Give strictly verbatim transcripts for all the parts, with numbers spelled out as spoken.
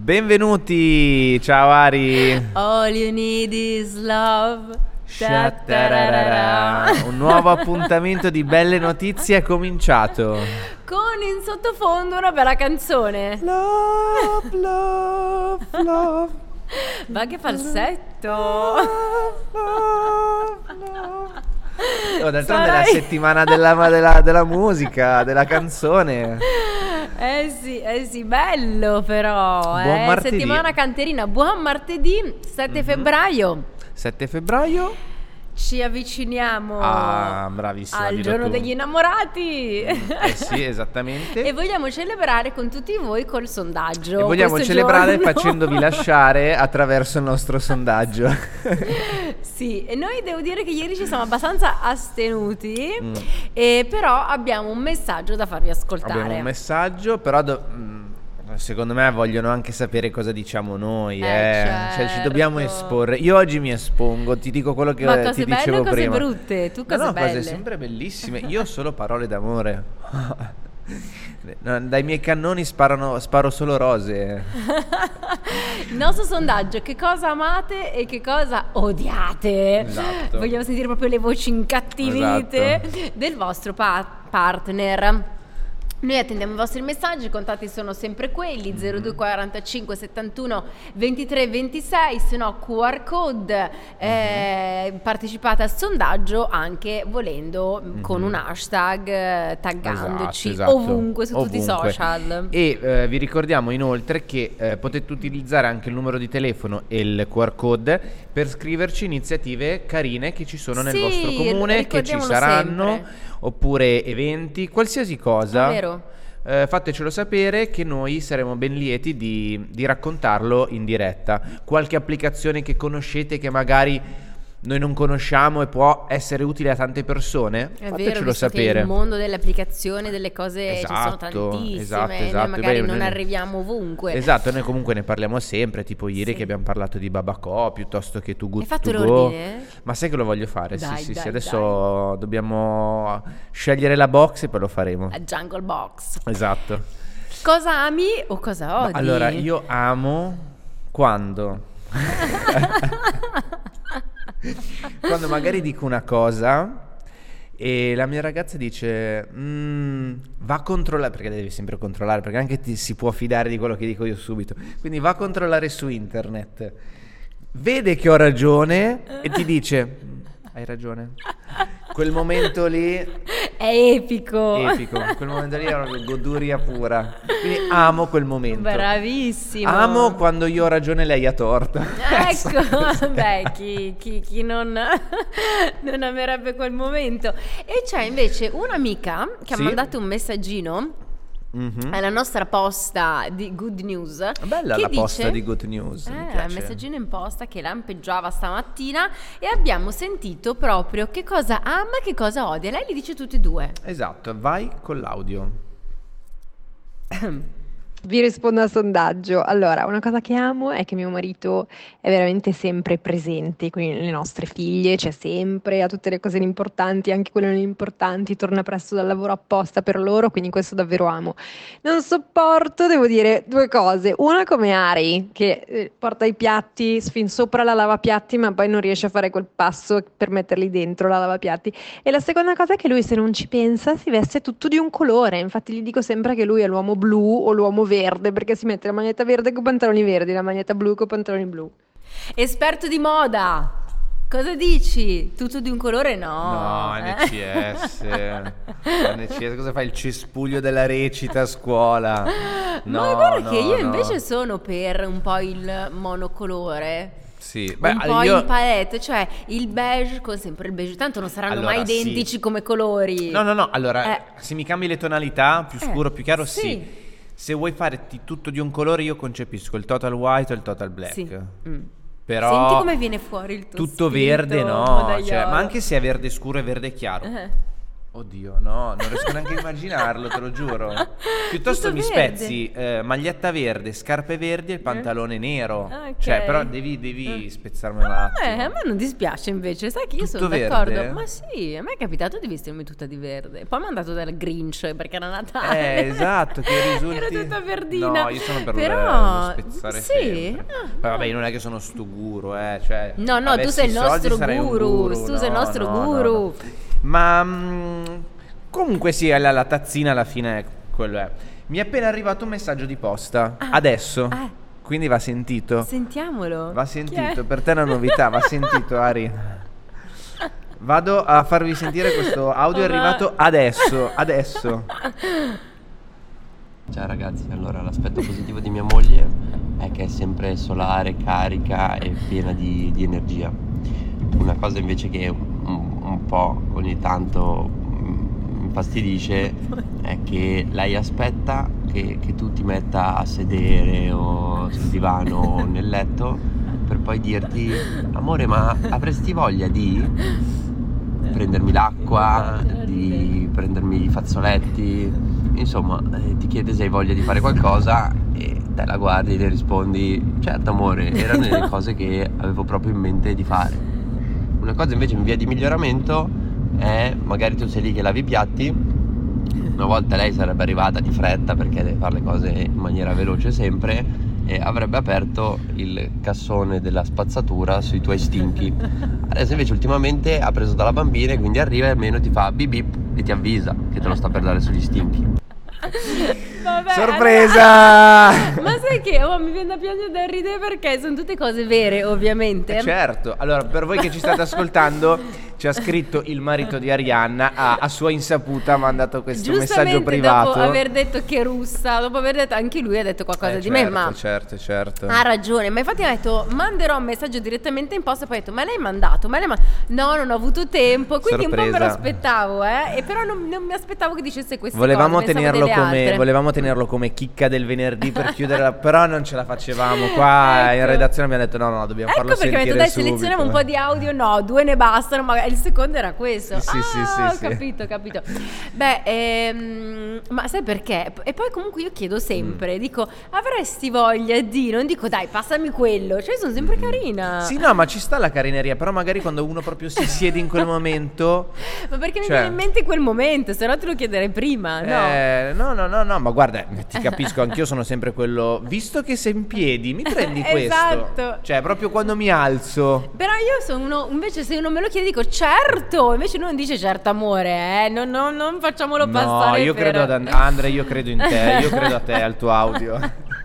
Benvenuti, ciao Ari. All you need is love. Shattararara. Un nuovo appuntamento di belle notizie è cominciato. Con in sottofondo una bella canzone. Love, love, love. Ma che falsetto. Love, love, love. Oh, d'altronde Sarai... è la settimana della, della, della musica, della canzone. Eh sì, eh sì, bello però. Buon eh. martedì. Settimana canterina, buon martedì sette Mm-hmm. febbraio. sette febbraio. Ci avviciniamo Ah, bravissima, al dillo giorno tu. degli innamorati. Eh sì, esattamente. E vogliamo celebrare con tutti voi col sondaggio. E vogliamo questo celebrare giorno. facendovi lasciare attraverso il nostro sondaggio. Sì, e noi devo dire che ieri ci siamo abbastanza astenuti, Mm. e però abbiamo un messaggio da farvi ascoltare. Abbiamo un messaggio, però do- mh, secondo me vogliono anche sapere cosa diciamo noi, Eh, eh. certo. Cioè ci dobbiamo esporre. Io oggi mi espongo, ti dico quello che Ma ti cose dicevo belle o cose prima. brutte? Tu cose no, no, belle? cose sempre bellissime. Io ho solo parole d'amore. No, dai miei cannoni sparano, sparo solo rose. Il nostro sondaggio: che cosa amate e che cosa odiate? Esatto. Vogliamo sentire proprio le voci incattivite Esatto. del vostro pa- partner. Noi attendiamo i vostri messaggi, i contatti sono sempre quelli, zero due quarantacinque settantuno ventitré ventisei, se no Q R code, eh, partecipate al sondaggio anche volendo Mm-hmm. con un hashtag, eh, taggandoci Esatto, esatto. ovunque su tutti i Ovunque. social. E eh, vi ricordiamo inoltre che eh, potete utilizzare anche il numero di telefono e il Q R code per scriverci iniziative carine che ci sono nel Sì, vostro comune, che ci ricordiamolo saranno, sempre. oppure eventi, qualsiasi cosa. È vero. Eh, fatecelo sapere che noi saremo ben lieti di, di raccontarlo in diretta. Qualche applicazione che conoscete che magari noi non conosciamo e può essere utile a tante persone, È fatecelo vero, visto che sapere. il mondo delle applicazioni, delle cose, ci sono Esatto, tantissime, esatto, noi esatto. magari Beh, non noi- arriviamo ovunque. Esatto, noi comunque ne parliamo sempre, tipo ieri Sì. che abbiamo parlato di Babacò piuttosto che Too Good Hai fatto To l'ordine? Go. Ma sai che lo voglio fare? Dai, sì, sì, dai, sì, adesso dobbiamo scegliere la box e poi lo faremo. La Jungle Box. Esatto. Cosa ami o cosa Ma odi? allora, io amo quando quando magari dico una cosa e la mia ragazza dice "Mm, va a controllare", perché devi sempre controllare, perché anche ti si può fidare di quello che dico io subito, quindi va a controllare su internet, vede che ho ragione e ti dice "Mm, hai ragione". Quel momento lì È epico. epico, quel momento lì è una goduria pura, quindi amo quel momento. Bravissimo. Amo quando io ho ragione e lei ha torto. Ecco, beh, chi, chi- chi non, non amerebbe quel momento. E c'è invece un'amica che Sì. ha mandato un messaggino Mhm. alla nostra posta di Good News. Bella che la dice- posta di Good News, mi Eh, piace. un messaggino in posta che lampeggiava stamattina e abbiamo sentito proprio che cosa ama e che cosa odia. Lei li dice tutti e due. Esatto, vai con l'audio. Vi rispondo al sondaggio. Allora, una cosa che amo è che mio marito è veramente sempre presente, quindi le nostre figlie, c'è sempre, a tutte le cose importanti, anche quelle non importanti, torna presto dal lavoro apposta per loro, quindi questo davvero amo. Non sopporto, devo dire, due cose. Una come Ari, che eh, porta i piatti fin sopra la lavapiatti, ma poi non riesce a fare quel passo per metterli dentro la lavapiatti. E la seconda cosa è che lui, se non ci pensa, si veste tutto di un colore. Infatti gli dico sempre che lui è l'uomo blu o l'uomo verde, perché si mette la maglietta verde con pantaloni verdi, la maglietta blu con pantaloni blu. Esperto di moda. Cosa dici? Tutto di un colore? No. No, eh? N C S. N C S, cosa fai? Il cespuglio della recita a scuola? No, Ma guarda no, che io no. invece sono per un po' il monocolore. Sì, beh, un po' io... in palette, cioè il beige con sempre il beige, tanto non saranno Allora, mai sì. identici come colori. No, no, no, allora, Eh. se mi cambi le tonalità, più Eh, scuro, più chiaro, sì. sì. Se vuoi farti tutto di un colore, io concepisco il total white o il total black. Sì. Mm. Però Senti come viene fuori il tuo tutto spirito verde, no, modaiolo. cioè, ma anche se è verde scuro e verde chiaro. Eh. Oddio, no, non riesco neanche a immaginarlo, te lo giuro. Piuttosto Tutto mi verde. spezzi eh, maglietta verde, scarpe verdi e il pantalone nero. Ah, ok. Cioè, però devi, devi spezzarmi un A attimo. me, a me non dispiace invece, sai che io Tutto sono verde? d'accordo. Ma sì, a me è capitato di vestirmi tutta di verde. Poi mi hanno dato del Grinch perché era Natale. Eh, esatto, che risulti... Ero tutta verdina. No, io sono per Però, lo spezzare sì. sempre. Ah, Poi vabbè, io non è che sono sto guru, eh, cioè... No, no, tu avessi sei il i soldi nostro sarei un guru, tu sei il no, nostro no, no, guru. no. Ma mm, comunque sì, la, la tazzina alla fine quello è. Mi è appena arrivato un messaggio di posta, Ah, adesso, ah. quindi va sentito. Sentiamolo. Va Chi sentito, è? per te è una novità, va sentito Ari. Vado a farvi sentire questo audio, è Oh, ma- arrivato adesso, adesso. Ciao ragazzi, allora l'aspetto positivo di mia moglie è che è sempre solare, carica e piena di, di energia. Una cosa invece che un, un po' ogni tanto mm, mi infastidisce è che lei aspetta che, che tu ti metta a sedere o sul divano o nel letto per poi dirti: amore, ma avresti voglia di prendermi l'acqua, di prendermi i fazzoletti? Insomma, eh, ti chiede se hai voglia di fare qualcosa e te la guardi e le rispondi: certo amore, erano le cose che avevo proprio in mente di fare. Una cosa invece in via di miglioramento è magari tu sei lì che lavi i piatti, una volta lei sarebbe arrivata di fretta perché deve fare le cose in maniera veloce sempre e avrebbe aperto il cassone della spazzatura sui tuoi stinchi. Adesso invece ultimamente ha preso dalla bambina e quindi arriva e almeno ti fa bip bip e ti avvisa che te lo sta per dare sugli stinchi. Vabbè, Sorpresa! allora- Ma sai che oh, mi viene da piangere da ridere perché sono tutte cose vere, ovviamente. Eh, certo, allora per voi che ci state ascoltando, ci ha scritto il marito di Arianna, a, a sua insaputa ha mandato questo messaggio Giustamente privato. dopo aver detto che russa, dopo aver detto anche lui ha detto qualcosa Eh, di certo, me, ma certo, certo. ha ragione, ma infatti ha detto manderò un messaggio direttamente in posta, poi ha detto ma l'hai mandato, ma l'hai mandato? No, non ho avuto tempo, quindi un po' me lo Sorpresa. aspettavo, eh, e però non, non mi aspettavo che dicesse queste Volevamo cose, pensavo tenerlo, delle come, altre. volevamo tenerlo come chicca del venerdì per chiudere la, però non ce la facevamo qua Ecco. in redazione abbiamo detto no no dobbiamo Ecco farlo perché mi ha sentire detto dai subito. selezioniamo un po' di audio, no, due ne bastano, ma il secondo era questo. Sì, ah, sì, sì, ho sì. capito, ho capito. Beh, ehm, ma sai perché? E poi comunque io chiedo Mm. sempre, dico avresti voglia di, non dico dai passami quello, cioè sono sempre carina. Sì, no, ma ci sta la carineria, però magari quando uno proprio si siede in quel momento. Ma perché mi Cioè- viene in mente quel momento, se no te lo chiederei prima, no? Eh, no, no, no, no, ma guarda, ti capisco, anch'io sono sempre quello. Visto che sei in piedi, mi prendi questo. Esatto. Cioè, proprio quando mi alzo. Però io sono uno, invece se uno me lo chiede dico certo, invece uno non dice certo amore, eh, non, non, non facciamolo No, passare io per... credo ad And- Andre, io credo in te, io credo a te, al tuo audio.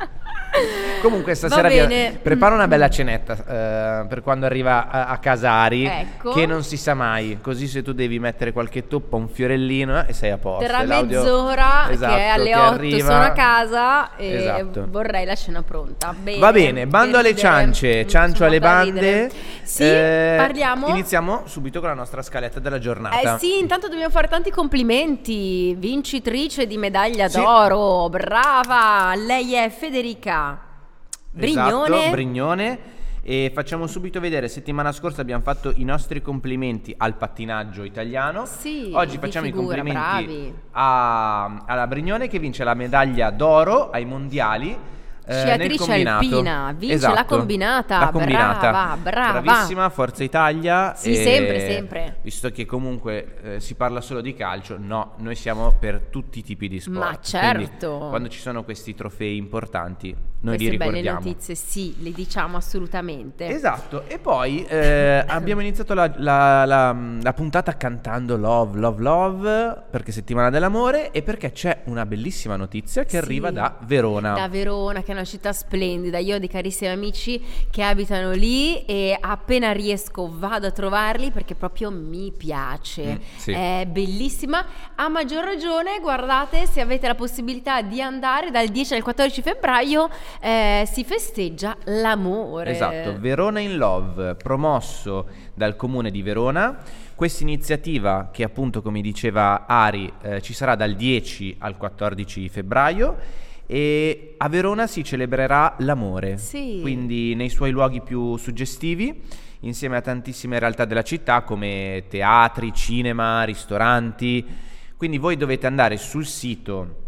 Comunque stasera Va vi- bene. prepara una bella cenetta eh, per quando arriva a, a casa Ari, Ecco. che non si sa mai, così se tu devi mettere qualche toppa, un fiorellino e sei a posto. Tra E l'audio- mezz'ora Esatto, che è alle che otto arriva. sono a casa e Esatto. vorrei la cena pronta. Bene, Va bene, bando che alle ridere. ciance, Mm, ciancio sono alle da bande. ridere. Sì, Eh, parliamo. Iniziamo subito con la nostra scaletta della giornata. Eh sì, intanto dobbiamo fare tanti complimenti. Vincitrice di medaglia Sì. d'oro, brava. Lei è Federica Brignone. Esatto, Brignone. E facciamo subito vedere, settimana scorsa abbiamo fatto i nostri complimenti al pattinaggio italiano. Sì, Oggi di facciamo figura, i complimenti bravi. a- alla Brignone che vince la medaglia d'oro ai mondiali. eh, nel Sciatrice combinato. alpina, vince Esatto, la combinata, la combinata. brava, brava. Bravissima, Forza Italia. Sì, e sempre, sempre. Visto che comunque eh, si parla solo di calcio, no, noi siamo per tutti i tipi di sport. Ma certo. Quindi, quando ci sono questi trofei importanti, noi Queste li belle ricordiamo. notizie, sì, le diciamo assolutamente. Esatto, e poi eh, abbiamo iniziato la, la- la- la puntata cantando Love, Love, Love, perché settimana dell'amore e perché c'è una bellissima notizia che Sì. arriva da Verona. Da Verona, che è una città splendida. Io ho dei carissimi amici che abitano lì e appena riesco vado a trovarli perché proprio mi piace. Mm, sì. È bellissima. A maggior ragione, guardate, se avete la possibilità di andare dal dieci al quattordici febbraio eh, si festeggia l'amore. Esatto, Verona in Love, promosso dal comune di Verona. Questa iniziativa che appunto, come diceva Ari, eh, ci sarà dal dieci al quattordici febbraio e a Verona si celebrerà l'amore, Sì. quindi nei suoi luoghi più suggestivi, insieme a tantissime realtà della città come teatri, cinema, ristoranti. Quindi voi dovete andare sul sito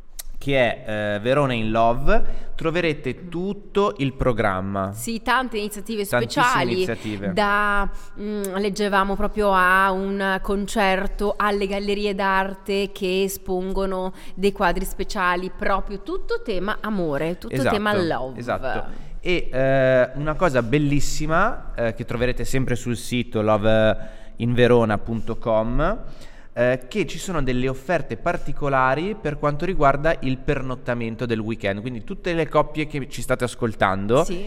che è eh, Verona in Love, troverete tutto il programma. Sì, tante iniziative Tantissime speciali, iniziative. da mh, leggevamo proprio a un concerto, alle gallerie d'arte che espongono dei quadri speciali, proprio tutto tema amore, tutto Esatto, tema love. Esatto. E eh, una cosa bellissima eh, che troverete sempre sul sito love in verona punto com, eh, che ci sono delle offerte particolari per quanto riguarda il pernottamento del weekend, quindi tutte le coppie che ci state ascoltando, Sì.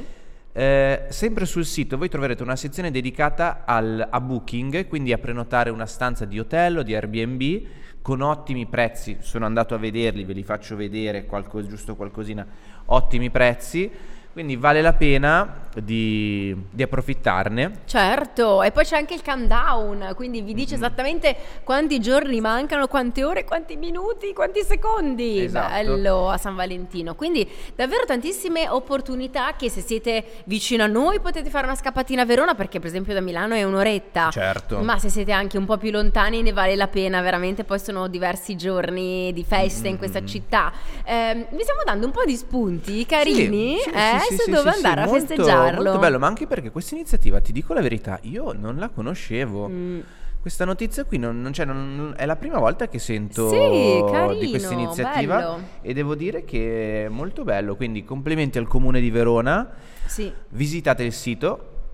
eh, sempre sul sito voi troverete una sezione dedicata al, a booking, quindi a prenotare una stanza di hotel o di Airbnb con ottimi prezzi. Sono andato a vederli, ve li faccio vedere, qualcosa, giusto qualcosina, ottimi prezzi. Quindi vale la pena di, di approfittarne. Certo, e poi c'è anche il countdown, quindi vi dice esattamente quanti giorni mancano, quante ore, quanti minuti, quanti secondi. Esatto. Bello a San Valentino. Quindi davvero tantissime opportunità che se siete vicino a noi potete fare una scappatina a Verona, perché per esempio da Milano è un'oretta. Certo. Ma se siete anche un po' più lontani ne vale la pena, veramente. Poi sono diversi giorni di feste in questa città. Eh, vi stiamo dando un po' di spunti carini, Sì, sì, eh, sì, su sì, dove sì, andare sì, a molto, festeggiarlo. Molto bello, ma anche perché questa iniziativa, ti dico la verità, io non la conoscevo. Mm. Questa notizia qui non, non, cioè, non- è la prima volta che sento Sì, carino, di questa iniziativa, bello. e devo dire che è molto bello, quindi complimenti al Comune di Verona. Sì. Visitate il sito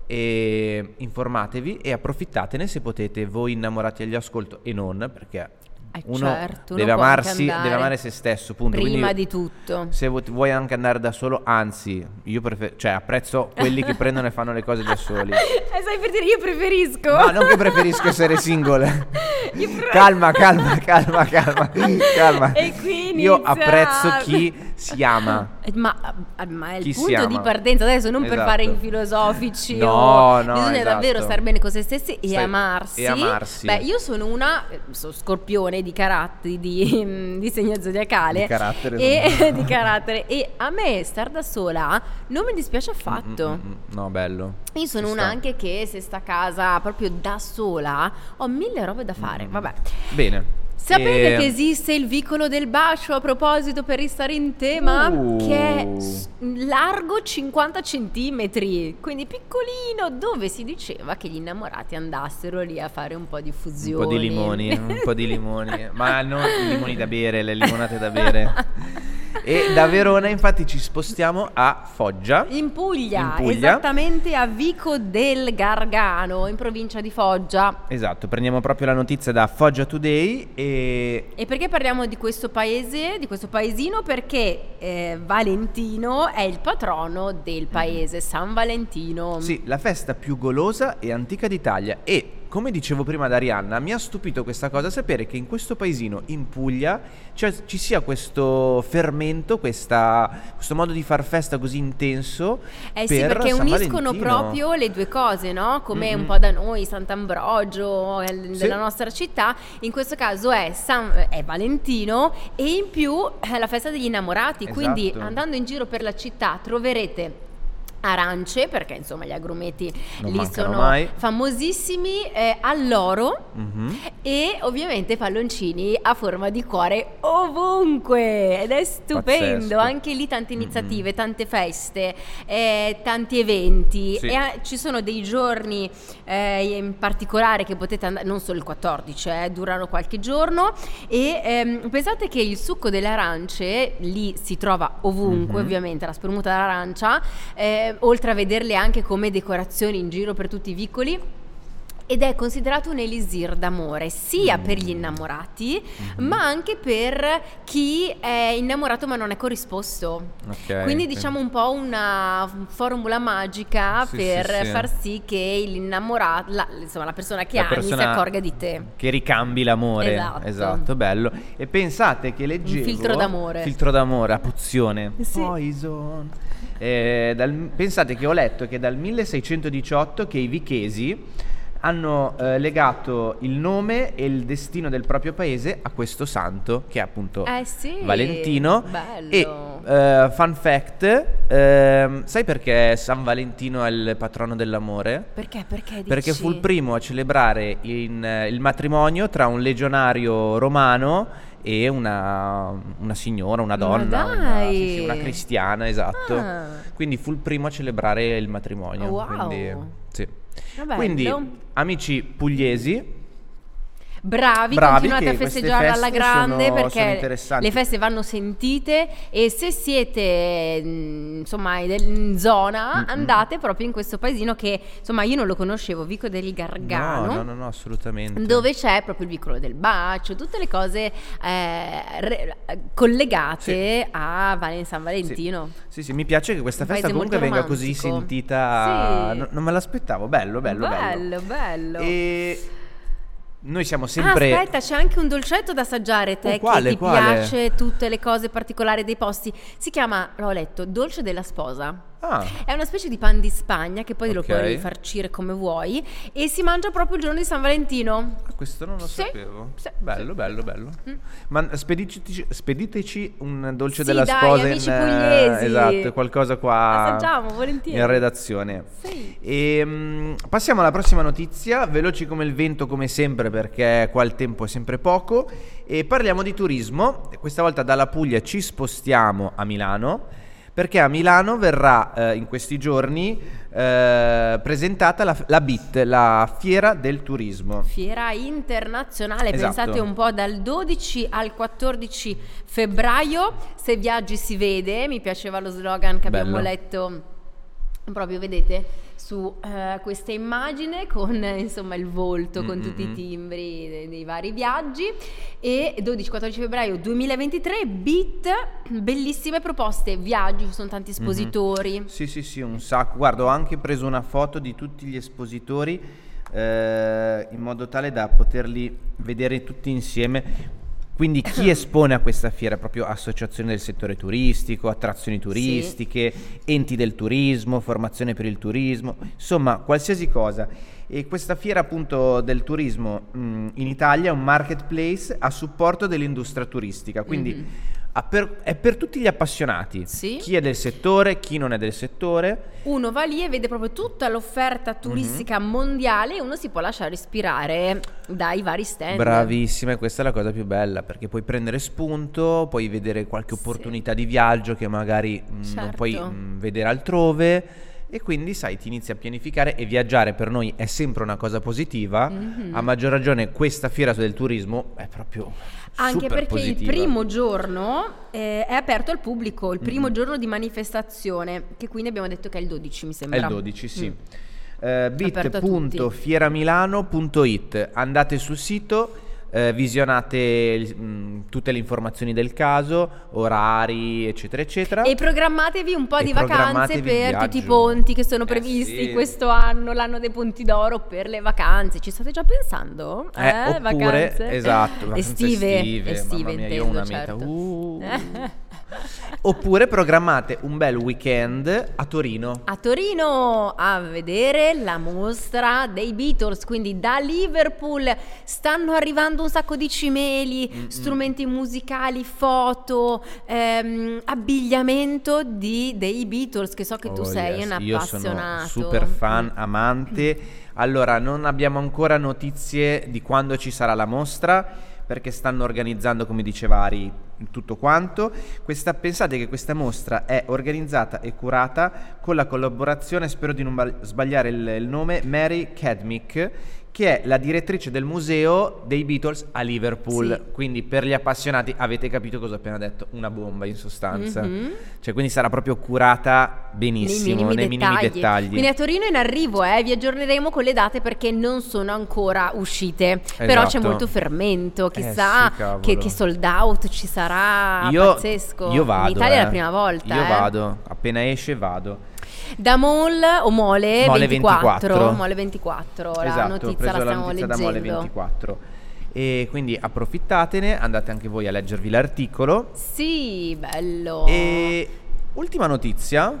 e informatevi e approfittatene se potete, voi innamorati agli ascolto e non, perché Eh, uno certo, uno deve può anche amarsi, andare deve amare se stesso, punto. prima Quindi di tutto. se vu- vuoi anche andare da solo, anzi, io prefer- cioè apprezzo quelli che prendono e fanno le cose da soli. Eh, sai per dire, io preferisco. No, non che preferisco essere single. Io pre- Calma, calma, calma, calma, calma. E qui Io inizia- apprezzo chi si ama. Eh, Ma, ma è il Chi si punto di ama. partenza adesso, non per Esatto. fare i filosofici. No, o- no, bisogna esatto. davvero star bene con se stessi e Stai- amarsi. e amarsi. Beh, io sono una eh, so- scorpione di caratteri, di, di segno zodiacale. Di carattere, E, di carattere. E a me star da sola non mi dispiace affatto. Mm, mm, mm, no, bello. Io sono Ci una sta. anche che se sta a casa proprio da sola ho mille robe da fare. Vabbè. Bene. Sapete E- che esiste il vicolo del bacio, a proposito, per restare in tema, Uh. che è s- largo cinquanta centimetri, quindi piccolino, dove si diceva che gli innamorati andassero lì a fare un po' di Un fusione. po' di limoni, un po' di limoni, ma non i limoni da bere, le limonate da bere. E da Verona infatti ci spostiamo a Foggia. In Puglia, In Puglia. esattamente a Vico del Gargano, in provincia di Foggia. Esatto, prendiamo proprio la notizia da Foggia Today e E perché parliamo di questo paese, di questo paesino? Perché eh, Valentino è il patrono del paese, San Valentino. sì, la festa più golosa e antica d'Italia. E come dicevo prima ad Arianna, mi ha stupito questa cosa, sapere che in questo paesino, in Puglia, cioè, ci sia questo fermento, questa, questo modo di far festa così intenso. Eh sì, per perché San uniscono Valentino. proprio le due cose, no? Come Mm-mm. un po' da noi, Sant'Ambrogio, eh, Sì. della nostra città. In questo caso è, San, è Valentino e in più è la festa degli innamorati. Quindi Esatto. andando in giro per la città troverete arance, perché insomma gli agrumeti Non lì mancano sono mai. famosissimi, eh, alloro. Mhm. E ovviamente palloncini a forma di cuore ovunque ed è stupendo. Pazzesco. Anche lì tante iniziative, tante feste, eh, tanti eventi. Sì. E eh, ci sono dei giorni eh, in particolare che potete andare, non solo il quattordici, eh, durano qualche giorno. E ehm, pensate che il succo delle arance lì si trova ovunque, Mhm. ovviamente, la spremuta d'arancia, eh, oltre a vederle anche come decorazioni in giro per tutti i vicoli. Ed è considerato un elisir d'amore sia per gli innamorati, ma anche per chi è innamorato ma non è corrisposto. Ok, Quindi sì. diciamo un po' una formula magica Sì, per sì, sì. far sì che l'innamorato, la, insomma la persona che La ami si persona accorga di te. Che ricambi l'amore. Esatto. Esatto, bello. E pensate che leggevo filtro d'amore. Filtro d'amore, a pozione. Sì. Poison. Eh, dal- pensate che ho letto che dal milleseicentodiciotto che i vichesi hanno eh, legato il nome e il destino del proprio paese a questo santo, che è appunto Eh sì, Valentino. bello. E eh, fun fact, ehm, sai perché San Valentino è il patrono dell'amore? Perché? Perché dici? Perché fu il primo a celebrare in- il matrimonio tra un legionario romano e una, una signora, una Ma donna, una, dai! sì, sì, una cristiana, esatto. Ah. Quindi fu il primo a celebrare il matrimonio. Wow. Quindi, sì. Bello. Quindi, amici pugliesi, Bravi, Bravi, continuate che a queste festeggiare alla feste grande sono- sono perché interessanti. le feste vanno sentite e se siete mh, insomma in zona Mm-mm. andate proprio in questo paesino che insomma io non lo conoscevo, Vico del Gargano. no, no, no, no, assolutamente. Dove c'è proprio il vicolo del bacio, tutte le cose eh, re- collegate Sì. a Valen- San Valentino. Sì, sì, mi piace che questa Un festa paese comunque molto venga così romantico. sentita. Sì. No- non me l'aspettavo, bello, bello, bello. bello, bello. E noi siamo sempre. Ah, aspetta, c'è anche un dolcetto da assaggiare, te Oh, quale, che ti quale? piace tutte le cose particolari dei posti. Si chiama, l'ho letto, dolce della sposa. Ah, È una specie di pan di Spagna che poi lo Ok. puoi farcire come vuoi e si mangia proprio il giorno di San Valentino. questo non lo Sì, sapevo. sì, bello, sì. bello, bello. Mm. Ma spediteci, spediteci un dolce Sì, della dai, sposa amici in, eh, pugliesi. esatto, qualcosa qua Assaggiamo, volentieri. in redazione. Sì. E, mm, passiamo alla prossima notizia, veloci come il vento come sempre perché qua il tempo è sempre poco e parliamo di turismo. Questa volta dalla Puglia ci spostiamo a Milano perché a Milano verrà eh, in questi giorni eh, presentata la, la B I T, la Fiera del Turismo. Fiera internazionale, Esatto. pensate un po' dal dodici al quattordici febbraio, se viaggi si vede, mi piaceva lo slogan che abbiamo Bello. letto proprio, vedete, su eh, questa immagine con eh, insomma il volto, con tutti i timbri dei, dei vari viaggi e dodici quattordici febbraio duemilaventitré, B I T, bellissime proposte, viaggi, ci sono tanti espositori. Sì, sì, sì, un sacco. Guarda, ho anche preso una foto di tutti gli espositori eh, in modo tale da poterli vedere tutti insieme. Quindi chi espone a questa fiera? Proprio associazioni del settore turistico, attrazioni turistiche, enti del turismo, formazione per il turismo, insomma qualsiasi cosa. E questa fiera appunto del turismo mh, in Italia è un marketplace a supporto dell'industria turistica, quindi Mhm. ha per- è per tutti gli appassionati, Sì. chi è del settore, chi non è del settore. Uno va lì e vede proprio tutta l'offerta turistica Mhm. mondiale e uno si può lasciare ispirare dai vari stand. Bravissima, e questa è la cosa più bella perché puoi prendere spunto, puoi vedere qualche Sì. opportunità di viaggio che magari mh, non Certo. puoi mh, vedere altrove e quindi sai ti inizi a pianificare e viaggiare per noi è sempre una cosa positiva, Mhm. a maggior ragione questa fiera del turismo è proprio Anche super perché positiva. il primo giorno eh, è aperto al pubblico, il primo Mhm. giorno di manifestazione, che quindi abbiamo detto che è il dodici, mi È sembra. il dodici, sì. Mm. Eh, Aperto a bit punto fieramilano punto it, andate sul sito, eh, visionate mh, tutte le informazioni del caso, orari, eccetera, eccetera. E programmatevi un po' E di vacanze programmatevi il per tutti i viaggio. ponti che sono Eh, previsti sì. questo anno, l'anno dei ponti d'oro per le vacanze. Ci state già pensando? Eh, oppure, vacanze? esatto, vacanze estive, estive, estive mamma mia, io ho intendo, una meta. certo. Uh. Oppure programmate un bel weekend a Torino. A Torino a vedere la mostra dei Beatles, quindi da Liverpool stanno arrivando un sacco di cimeli, Mm-mm. strumenti musicali, foto, ehm, abbigliamento di, dei Beatles, che so che tu Oh, sei yes. un Io appassionato. sono super fan, amante. Allora, non abbiamo ancora notizie di quando ci sarà la mostra perché stanno organizzando, come diceva Ari, tutto quanto. Questa, pensate che questa mostra è organizzata e curata con la collaborazione, spero di non bal- sbagliare il, il nome, Mary Cadmick, che è la direttrice del museo dei Beatles a Liverpool. Sì. Quindi per gli appassionati avete capito cosa ho appena detto, una bomba in sostanza. Mhm. Cioè, quindi sarà proprio curata benissimo nei minimi dettagli. Quindi a Torino è in arrivo, eh, vi aggiorneremo con le date perché non sono ancora uscite. Però c'è Esatto. molto fermento, Eh chissà sì, cavolo. che, che sold out ci sarà, Io, pazzesco. io vado. In Italia eh. è la prima volta. Io eh. vado, appena esce vado. Da Mall o Mole, Mole ventiquattro, ventiquattro. Mole ventiquattro, la Esatto, ho notizia preso la la stiamo notizia leggendo. da Mole ventiquattro. E quindi approfittatene, andate anche voi a leggervi l'articolo. Sì, bello. E ultima notizia,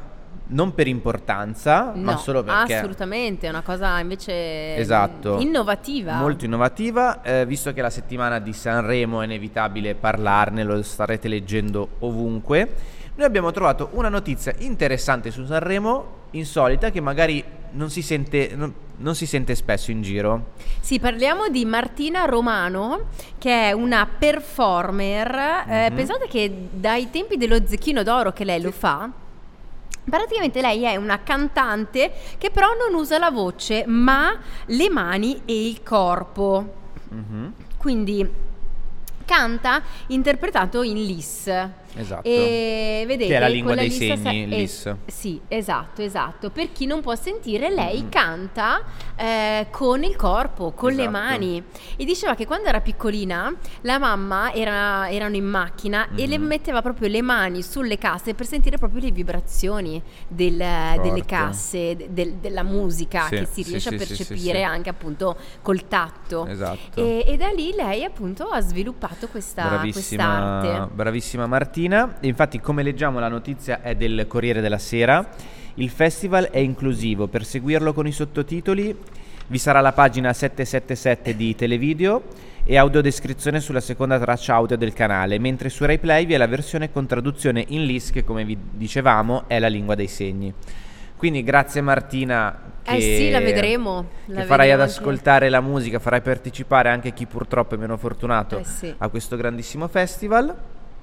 non per importanza, No, ma solo perché assolutamente, è una cosa invece esatto, innovativa. molto innovativa, eh, visto che la settimana di Sanremo è inevitabile parlarne, lo starete leggendo ovunque. Noi abbiamo trovato una notizia interessante su Sanremo, insolita, che magari non si sente, non, non si sente spesso in giro. Sì, parliamo di Martina Romano, che è una performer. eh, Mhm. Pensate che dai tempi dello Zecchino d'Oro che lei lo fa, praticamente lei è una cantante che però non usa la voce, ma le mani e il corpo. Mhm. Quindi canta interpretato in lis. Esatto. E vedete, Che è la lingua quella dei lis segni, se- lis. eh, sì, esatto, esatto. Per chi non può sentire, lei Mhm. canta eh, con il corpo, con le Esatto. mani. E diceva che quando era piccolina la mamma era, erano in macchina e le Mhm. metteva proprio le mani sulle casse per sentire proprio le vibrazioni del- delle Forte. casse, de- del- della musica, Sì, che si sì, riesce sì, a sì, sì, percepire sì. anche appunto col tatto. Esatto. E, e da lì lei appunto ha sviluppato questa Bravissima, quest'arte. bravissima Martina. E infatti, come leggiamo, la notizia è del Corriere della Sera. Il festival è inclusivo. Per seguirlo con i sottotitoli vi sarà la pagina settecentosettantasette di Televideo e audiodescrizione sulla seconda traccia audio del canale, mentre su Rai Play vi è la versione con traduzione in lis, che come vi dicevamo è la lingua dei segni. Quindi grazie Martina, che, Eh sì, la vedremo, che la farai ad vedremo anche. ascoltare la musica, farai partecipare anche chi purtroppo è meno fortunato Eh sì. a questo grandissimo festival.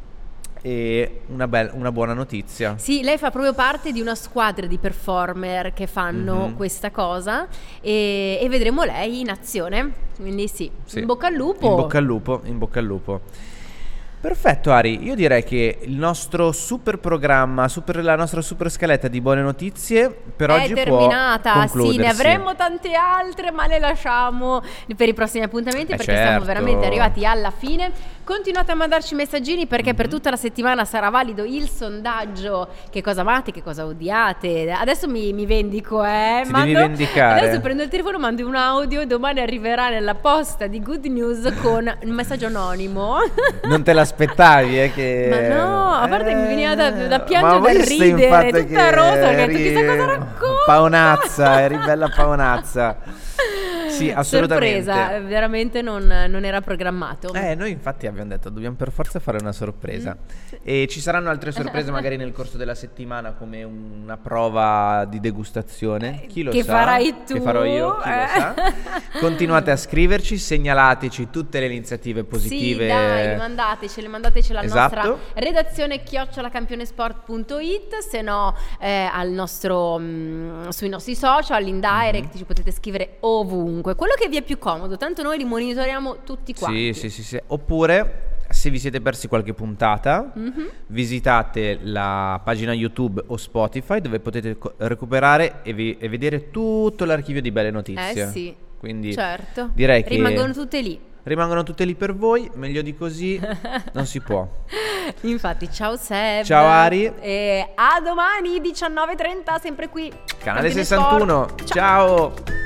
E una, bel- una buona notizia. Sì, lei fa proprio parte di una squadra di performer che fanno Mhm. questa cosa e, e vedremo lei in azione. Quindi sì, Sì. in bocca al lupo. In bocca al lupo, in bocca al lupo. Perfetto Ari, io direi che il nostro super programma, super, la nostra super scaletta di buone notizie per è oggi terminata, può sì, concludersi. ne avremmo tante altre, ma le lasciamo per i prossimi appuntamenti Eh, perché siamo certo. veramente arrivati alla fine. Continuate a mandarci messaggini perché per tutta la settimana sarà valido il sondaggio. Che cosa amate, che cosa odiate. Adesso mi, mi vendico, eh. Ti devi vendicare. Adesso prendo il telefono, mando un audio e domani arriverà nella posta di Good News con un messaggio anonimo. Non te l'aspettavi, eh? Che... Ma no, a parte che mi veniva da- da piangere, Ma da voi stai in ridere, fatto tutta che rosa, ho detto, eri chissà cosa racconta. Paonazza, eri bella paonazza. Sì, assolutamente. Sorpresa, veramente non, non era programmato. Eh, noi infatti abbiamo detto dobbiamo per forza fare una sorpresa. Mm. E ci saranno altre sorprese magari nel corso della settimana, come una prova di degustazione. Chi lo Che sa? farai tu, Che farò io, chi lo eh. sa. Continuate a scriverci, segnalateci tutte le iniziative positive. Sì, dai, mandatecele, mandatecele alla Esatto. nostra redazione chiocciolacampionesport punto it, se no eh, al nostro, mh, sui nostri social, in direct, Mhm. ci potete scrivere ovunque. Quello che vi è più comodo, tanto noi li monitoriamo tutti quanti. Sì, sì, sì, sì. Oppure, se vi siete persi qualche puntata, Mhm. visitate la pagina YouTube o Spotify, dove potete co- recuperare e, vi- e vedere tutto l'archivio di belle notizie. Eh sì, Quindi certo. direi che rimangono tutte lì. rimangono tutte lì per voi, meglio di così non si può. Infatti, ciao Seb. Ciao, Ari. E a domani diciannove e trenta, sempre qui. Canale Campione sessantuno. Sport. Ciao.